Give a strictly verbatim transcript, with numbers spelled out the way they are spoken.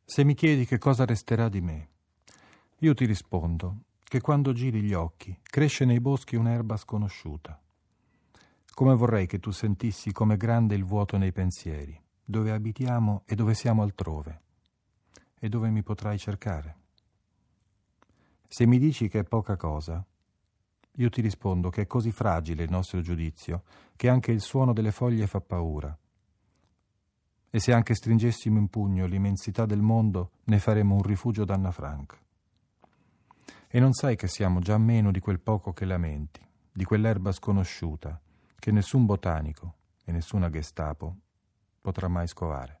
Se mi chiedi che cosa resterà di me, io ti rispondo che quando giri gli occhi cresce nei boschi un'erba sconosciuta. Come vorrei che tu sentissi com'è grande il vuoto nei pensieri, dove abitiamo e dove siamo altrove, e dove mi potrai cercare. Se mi dici che è poca cosa, io ti rispondo che è così fragile il nostro giudizio che anche il suono delle foglie fa paura. E se anche stringessimo in pugno l'immensità del mondo, ne faremo un rifugio d'Anna Frank. E non sai che siamo già meno di quel poco che lamenti, di quell'erba sconosciuta, che nessun botanico e nessuna Gestapo potrà mai scovare.